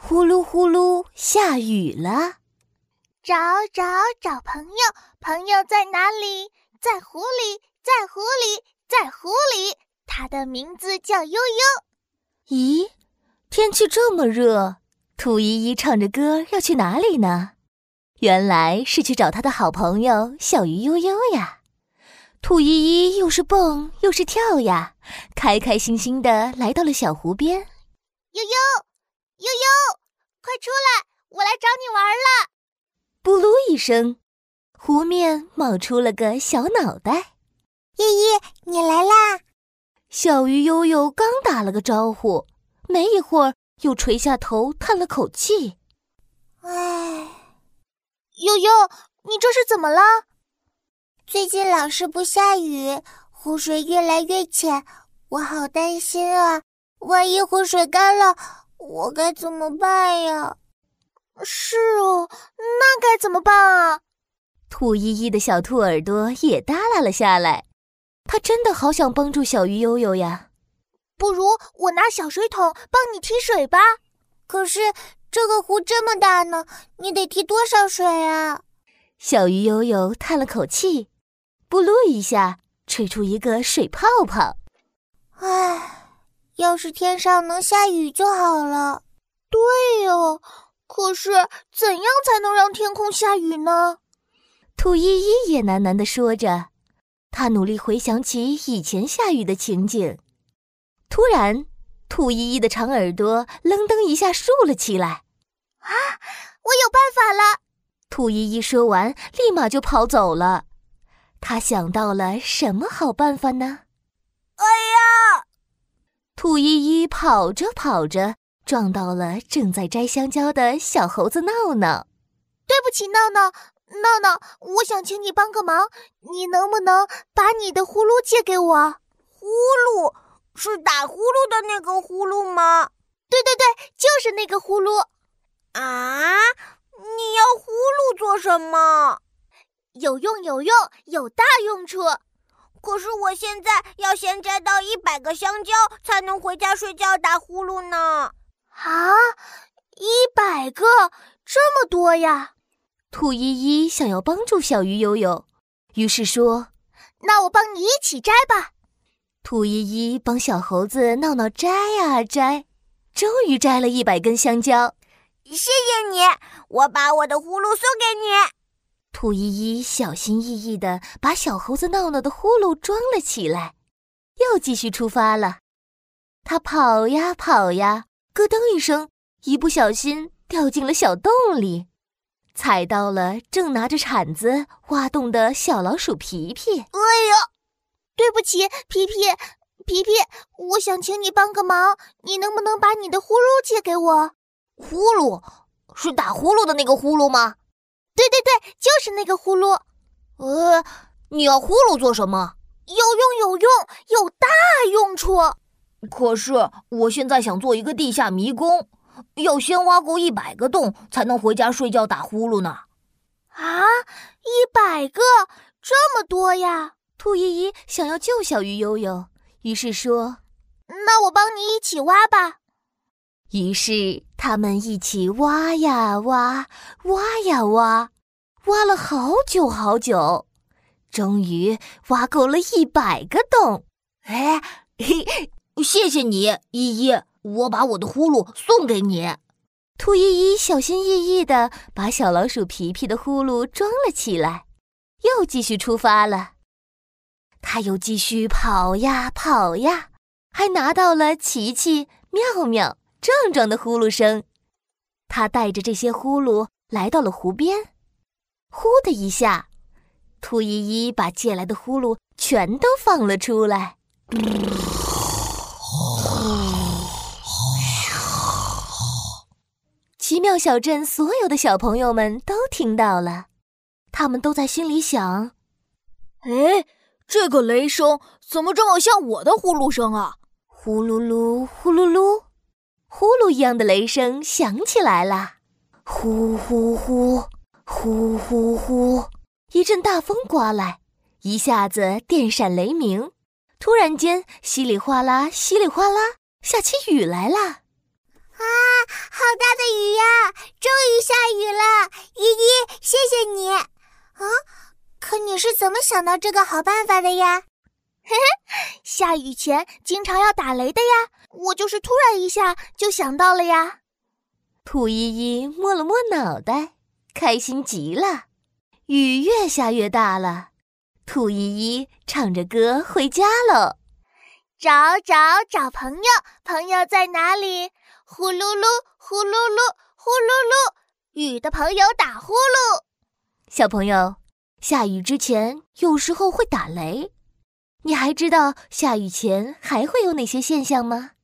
呼噜呼噜下雨了。 找朋友，朋友在哪里？在湖里，在湖里，在湖里。他的名字叫悠悠。 咦，天气这么热，兔依依唱着歌要去哪里呢？原来是去找他的好朋友小鱼悠悠呀。兔依依又是蹦又是跳呀，开开心心地来到了小湖边。 悠悠，快出来，我来找你玩了。 布噜一声，湖面冒出了个小脑袋。 依依，你来啦！ 小鱼悠悠刚打了个招呼，没一会儿又垂下头叹了口气。 唉，悠悠，你这是怎么了？最近老是不下雨，湖水越来越浅，我好担心啊！万一湖水干了，我该怎么办呀？是哦，那该怎么办啊？ 兔依依的小兔耳朵也耷拉了下来，它真的好想帮助小鱼悠悠呀。 不如我拿小水桶帮你提水吧。可是这个湖这么大呢，你得提多少水啊？ 小鱼悠悠叹了口气，布噜一下吹出一个水泡泡。 唉，要是天上能下雨就好了。对哦，可是怎样才能让天空下雨呢？ 兔依依也喃喃地说着，她努力回想起以前下雨的情景。突然，兔依依的长耳朵愣登一下竖了起来。 啊，我有办法了！ 兔依依说完，立马就跑走了。她想到了什么好办法呢？ 哎呀！ 兔依依跑着跑着，撞到了正在摘香蕉的小猴子闹闹。 对不起，闹闹，我想请你帮个忙，你能不能把你的呼噜借给我？呼噜？是打呼噜的那个呼噜吗？对，就是那个呼噜。啊？你要呼噜做什么？有用，有大用处。可是我现在要先摘到100个香蕉，才能回家睡觉打呼噜呢。啊，100个？这么多呀？ 兔依依想要帮助小鱼悠悠，于是说： 那我帮你一起摘吧。 兔依依帮小猴子闹闹摘啊摘，终于摘了100根香蕉。 谢谢你，我把我的呼噜送给你。 兔依依小心翼翼地把小猴子闹闹的呼噜装了起来，又继续出发了。它跑呀跑呀，咯噔一声，一不小心掉进了小洞里，踩到了正拿着铲子挖洞的小老鼠皮皮。 哎呀，对不起，皮皮，我想请你帮个忙，你能不能把你的呼噜借给我？ 呼噜？是打呼噜的那个呼噜吗？ 对，就是那个呼噜。 你要呼噜做什么？ 有用，有大用处。 可是我现在想做一个地下迷宫，要先挖够100个洞才能回家睡觉打呼噜呢。 啊，100个？这么多呀？ 兔依依想要救小鱼悠悠，于是说： 那我帮你一起挖吧。 于是他们一起挖呀挖，挖呀挖，挖了好久好久，终于挖够了100个洞。 谢谢你，依依，我把我的呼噜送给你。 兔依依小心翼翼地把小老鼠皮皮的呼噜装了起来，又继续出发了。他又继续跑呀跑呀，还拿到了奇奇、妙妙、壮壮的呼噜声。他带着这些呼噜来到了湖边，呼的一下，兔依依把借来的呼噜全都放了出来。奇妙小镇所有的小朋友们都听到了，他们都在心里想： 这个雷声怎么这么像我的呼噜声啊？ 呼噜噜，呼噜噜，呼噜一样的雷声响起来了。呼呼呼，呼呼呼，一阵大风刮来，一下子电闪雷鸣，突然间稀里哗啦，稀里哗啦，下起雨来了。 好大的雨呀！终于下雨了，依依，谢谢你。可你是怎么想到这个好办法的呀？下雨前经常要打雷的呀，我就是突然一下就想到了呀。 兔依依摸了摸脑袋，开心极了。雨越下越大了，兔依依唱着歌回家喽。 找朋友，朋友在哪里？呼噜噜，呼噜噜，呼噜噜，雨的朋友打呼噜。 小朋友，下雨之前有时候会打雷。你还知道下雨前还会有哪些现象吗？